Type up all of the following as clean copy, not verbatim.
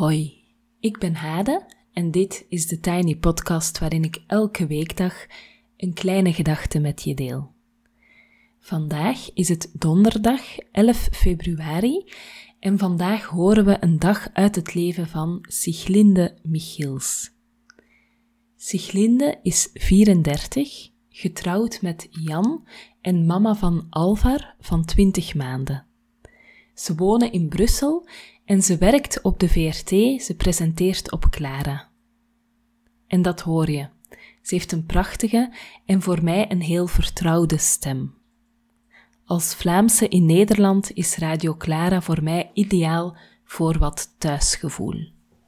Hoi, ik ben Hade en dit is de Tiny Podcast waarin ik elke weekdag een kleine gedachte met je deel. Vandaag is het donderdag 11 februari en vandaag horen we een dag uit het leven van Sieglinde Michiels. Sieglinde is 34, getrouwd met Jan en mama van Alvar van 20 maanden. Ze wonen in Brussel en ze werkt op de VRT, ze presenteert op Clara. En dat hoor je. Ze heeft een prachtige en voor mij een heel vertrouwde stem. Als Vlaamse in Nederland is Radio Clara voor mij ideaal voor wat thuisgevoel.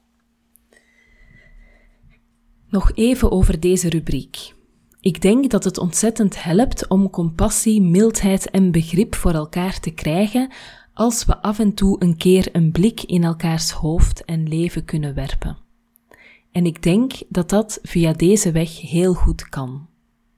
Nog even over deze rubriek. Ik denk dat het ontzettend helpt om compassie, mildheid en begrip voor elkaar te krijgen als we af en toe een keer een blik in elkaars hoofd en leven kunnen werpen. En ik denk dat dat via deze weg heel goed kan.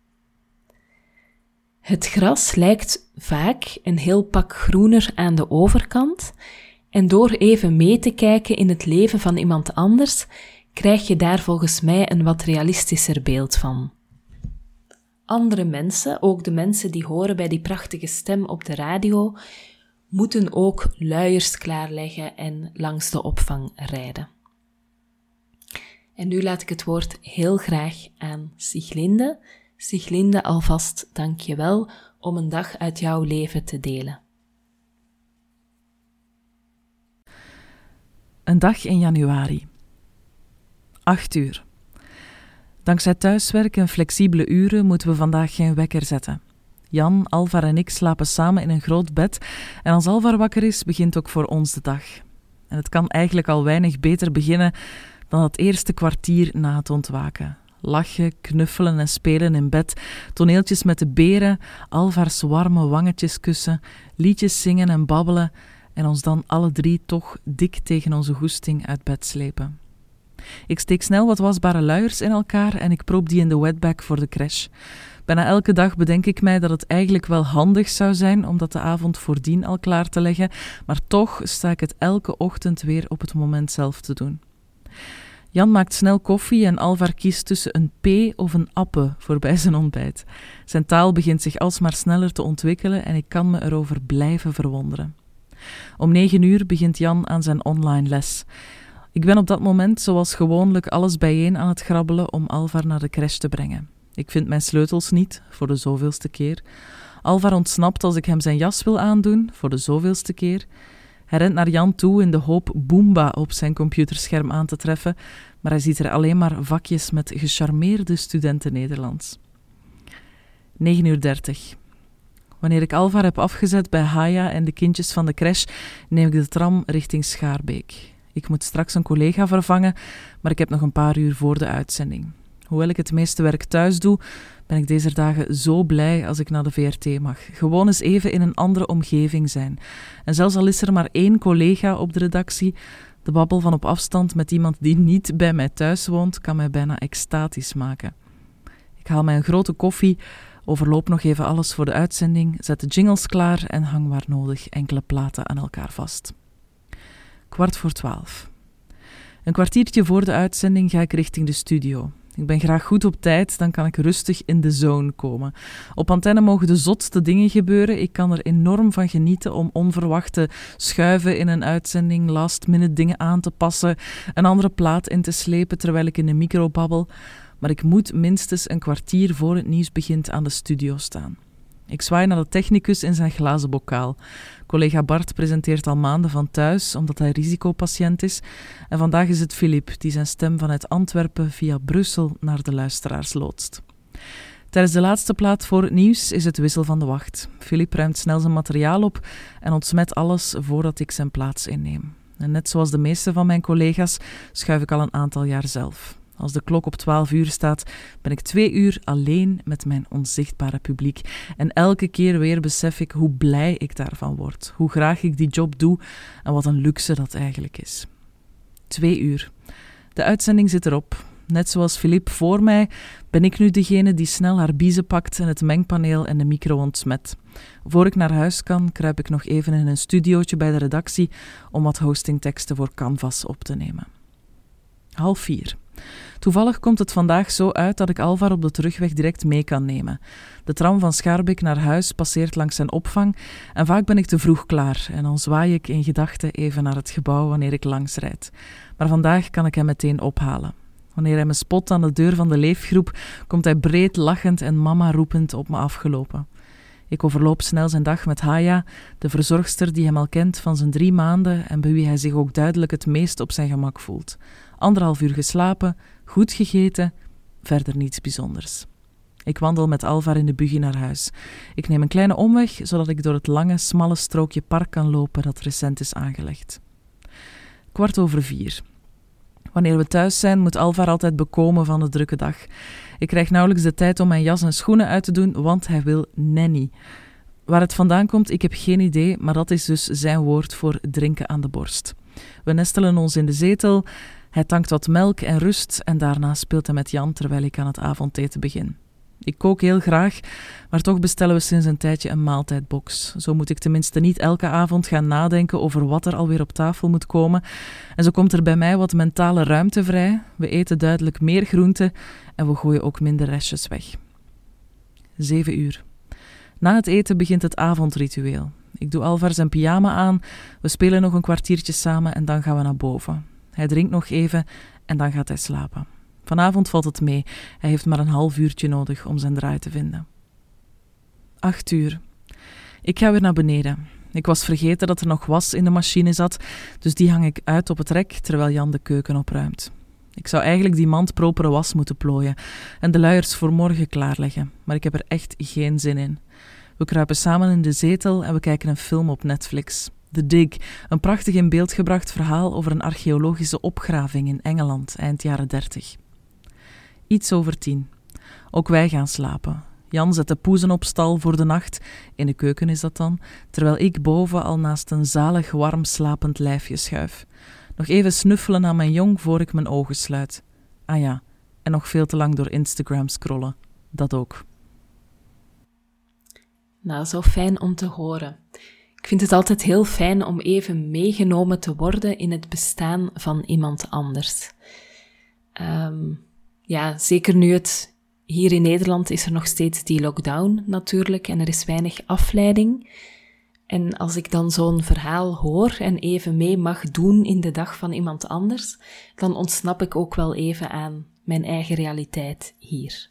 Het gras lijkt vaak een heel pak groener aan de overkant en door even mee te kijken in het leven van iemand anders, krijg je daar volgens mij een wat realistischer beeld van. Andere mensen, ook de mensen die horen bij die prachtige stem op de radio, moeten ook luiers klaarleggen en langs de opvang rijden. En nu laat ik het woord heel graag aan Sieglinde. Sieglinde, alvast dank je wel om een dag uit jouw leven te delen. Een dag in januari. 8 uur. Dankzij thuiswerk en flexibele uren moeten we vandaag geen wekker zetten. Jan, Alvar en ik slapen samen in een groot bed en als Alvar wakker is, begint ook voor ons de dag. En het kan eigenlijk al weinig beter beginnen dan het eerste kwartier na het ontwaken. Lachen, knuffelen en spelen in bed, toneeltjes met de beren, Alvars warme wangetjes kussen, liedjes zingen en babbelen en ons dan alle drie toch dik tegen onze goesting uit bed slepen. Ik steek snel wat wasbare luiers in elkaar en ik proop die in de wetbag voor de crash. Bijna elke dag bedenk ik mij dat het eigenlijk wel handig zou zijn om dat de avond voordien al klaar te leggen, maar toch sta ik het elke ochtend weer op het moment zelf te doen. Jan maakt snel koffie en Alvar kiest tussen een P of een appe voor bij zijn ontbijt. Zijn taal begint zich alsmaar sneller te ontwikkelen en ik kan me erover blijven verwonderen. Om 9 uur begint Jan aan zijn online les. Ik ben op dat moment zoals gewoonlijk alles bijeen aan het grabbelen om Alvar naar de crash te brengen. Ik vind mijn sleutels niet, voor de zoveelste keer. Alvar ontsnapt als ik hem zijn jas wil aandoen, voor de zoveelste keer. Hij rent naar Jan toe in de hoop Boomba op zijn computerscherm aan te treffen, maar hij ziet er alleen maar vakjes met gecharmeerde studenten Nederlands. 9:30. Wanneer ik Alvar heb afgezet bij Haya en de kindjes van de crash, neem ik de tram richting Schaarbeek. Ik moet straks een collega vervangen, maar ik heb nog een paar uur voor de uitzending. Hoewel ik het meeste werk thuis doe, ben ik deze dagen zo blij als ik naar de VRT mag. Gewoon eens even in een andere omgeving zijn. En zelfs al is er maar 1 collega op de redactie, de babbel van op afstand met iemand die niet bij mij thuis woont, kan mij bijna extatisch maken. Ik haal mij een grote koffie, overloop nog even alles voor de uitzending, zet de jingles klaar en hang waar nodig enkele platen aan elkaar vast. 11:15. Een kwartiertje voor de uitzending ga ik richting de studio. Ik ben graag goed op tijd, dan kan ik rustig in de zone komen. Op antenne mogen de zotste dingen gebeuren. Ik kan er enorm van genieten om onverwachte schuiven in een uitzending, last-minute dingen aan te passen, een andere plaat in te slepen terwijl ik in de micro babbel. Maar ik moet minstens een kwartier voor het nieuws begint aan de studio staan. Ik zwaai naar de technicus in zijn glazen bokaal. Collega Bart presenteert al maanden van thuis, omdat hij risicopatiënt is. En vandaag is het Filip, die zijn stem vanuit Antwerpen via Brussel naar de luisteraars loodst. Tijdens de laatste plaat voor het nieuws is het wissel van de wacht. Filip ruimt snel zijn materiaal op en ontsmet alles voordat ik zijn plaats inneem. En net zoals de meeste van mijn collega's schuif ik al een aantal jaar zelf. Als de klok op 12 uur staat, ben ik 2 uur alleen met mijn onzichtbare publiek. En elke keer weer besef ik hoe blij ik daarvan word. Hoe graag ik die job doe en wat een luxe dat eigenlijk is. 2 uur. De uitzending zit erop. Net zoals Philippe voor mij, ben ik nu degene die snel haar biezen pakt en het mengpaneel en de micro-onde smet. Voor ik naar huis kan, kruip ik nog even in een studiootje bij de redactie om wat hostingteksten voor Canvas op te nemen. 3:30. Toevallig komt het vandaag zo uit dat ik Alvar op de terugweg direct mee kan nemen. De tram van Schaarbeek naar huis passeert langs zijn opvang en vaak ben ik te vroeg klaar en dan zwaai ik in gedachten even naar het gebouw wanneer ik langs rijd. Maar vandaag kan ik hem meteen ophalen. Wanneer hij me spot aan de deur van de leefgroep, komt hij breed lachend en mama roepend op me afgelopen. Ik overloop snel zijn dag met Haya, de verzorgster die hem al kent van zijn 3 maanden en bij wie hij zich ook duidelijk het meest op zijn gemak voelt. 1,5 uur geslapen, goed gegeten, verder niets bijzonders. Ik wandel met Alvar in de buggy naar huis. Ik neem een kleine omweg, zodat ik door het lange, smalle strookje park kan lopen dat recent is aangelegd. 4:15. Wanneer we thuis zijn, moet Alvar altijd bekomen van de drukke dag. Ik krijg nauwelijks de tijd om mijn jas en schoenen uit te doen, want hij wil nanny. Waar het vandaan komt, ik heb geen idee, maar dat is dus zijn woord voor drinken aan de borst. We nestelen ons in de zetel, hij tankt wat melk en rust en daarna speelt hij met Jan terwijl ik aan het avondeten begin. Ik kook heel graag, maar toch bestellen we sinds een tijdje een maaltijdbox. Zo moet ik tenminste niet elke avond gaan nadenken over wat er alweer op tafel moet komen. En zo komt er bij mij wat mentale ruimte vrij. We eten duidelijk meer groenten en we gooien ook minder restjes weg. 7 uur. Na het eten begint het avondritueel. Ik doe Alvar zijn pyjama aan, we spelen nog een kwartiertje samen en dan gaan we naar boven. Hij drinkt nog even en dan gaat hij slapen. Vanavond valt het mee. Hij heeft maar een half uurtje nodig om zijn draai te vinden. 8 uur. Ik ga weer naar beneden. Ik was vergeten dat er nog was in de machine zat, dus die hang ik uit op het rek terwijl Jan de keuken opruimt. Ik zou eigenlijk die mand propere was moeten plooien en de luiers voor morgen klaarleggen, maar ik heb er echt geen zin in. We kruipen samen in de zetel en we kijken een film op Netflix. The Dig, een prachtig in beeld gebracht verhaal over een archeologische opgraving in Engeland eind jaren 30. Iets over 10. Ook wij gaan slapen. Jan zet de poezen op stal voor de nacht, in de keuken is dat dan, terwijl ik boven al naast een zalig warm slapend lijfje schuif. Nog even snuffelen aan mijn jong voor ik mijn ogen sluit. Ah ja, en nog veel te lang door Instagram scrollen. Dat ook. Nou, zo fijn om te horen. Ik vind het altijd heel fijn om even meegenomen te worden in het bestaan van iemand anders. Ja, zeker nu het hier in Nederland is er nog steeds die lockdown natuurlijk en er is weinig afleiding. En als ik dan zo'n verhaal hoor en even mee mag doen in de dag van iemand anders, dan ontsnap ik ook wel even aan mijn eigen realiteit hier.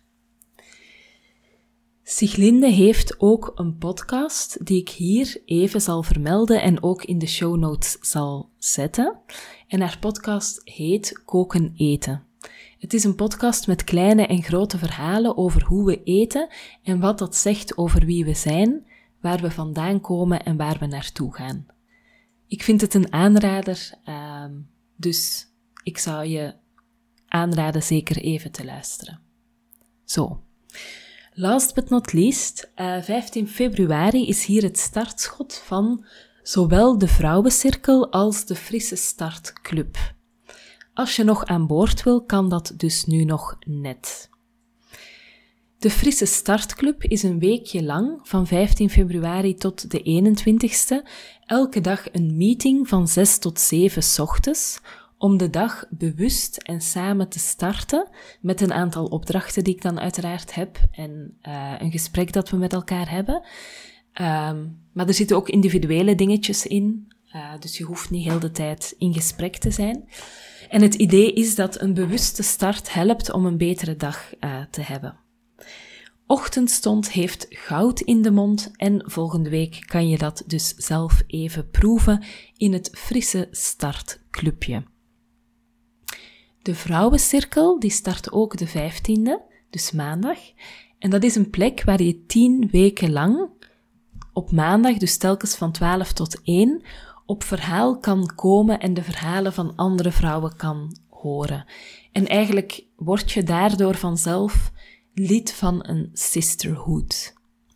Sieglinde heeft ook een podcast die ik hier even zal vermelden en ook in de show notes zal zetten. En haar podcast heet Koken Eten. Het is een podcast met kleine en grote verhalen over hoe we eten en wat dat zegt over wie we zijn, waar we vandaan komen en waar we naartoe gaan. Ik vind het een aanrader, dus ik zou je aanraden zeker even te luisteren. Zo. Last but not least, 15 februari is hier het startschot van zowel de Vrouwencirkel als de Frisse Start Club. Als je nog aan boord wil, kan dat dus nu nog net. De Frisse Start Club is een weekje lang, van 15 februari tot de 21ste, elke dag een meeting van 6 tot 7 's ochtends, om de dag bewust en samen te starten, met een aantal opdrachten die ik dan uiteraard heb en een gesprek dat we met elkaar hebben. Maar er zitten ook individuele dingetjes in, dus je hoeft niet heel de tijd in gesprek te zijn. En het idee is dat een bewuste start helpt om een betere dag te hebben. Ochtendstond heeft goud in de mond en volgende week kan je dat dus zelf even proeven in het Frisse Start Clubje. De Vrouwencirkel die start ook de 15e, dus maandag. En dat is een plek waar je 10 weken lang op maandag, dus telkens van 12 tot 1, op verhaal kan komen en de verhalen van andere vrouwen kan horen. En eigenlijk word je daardoor vanzelf lid van een sisterhood.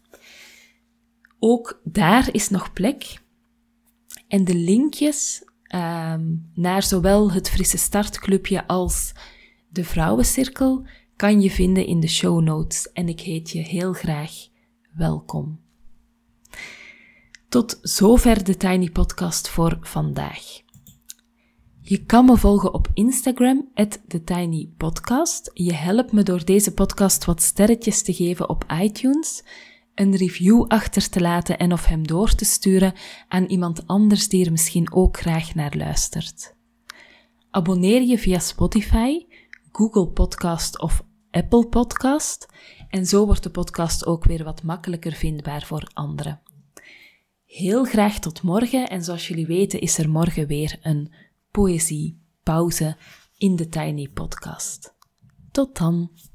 Ook daar is nog plek. En de linkjes naar zowel het Frisse Startclubje als De Vrouwencirkel kan je vinden in de show notes en ik heet je heel graag welkom. Tot zover de Tiny Podcast voor vandaag. Je kan me volgen op Instagram, @TheTinyPodcast. Je helpt me door deze podcast wat sterretjes te geven op iTunes, een review achter te laten en of hem door te sturen aan iemand anders die er misschien ook graag naar luistert. Abonneer je via Spotify, Google Podcast of Apple Podcast en zo wordt de podcast ook weer wat makkelijker vindbaar voor anderen. Heel graag tot morgen en zoals jullie weten is er morgen weer een poëziepauze in de Tiny Podcast. Tot dan!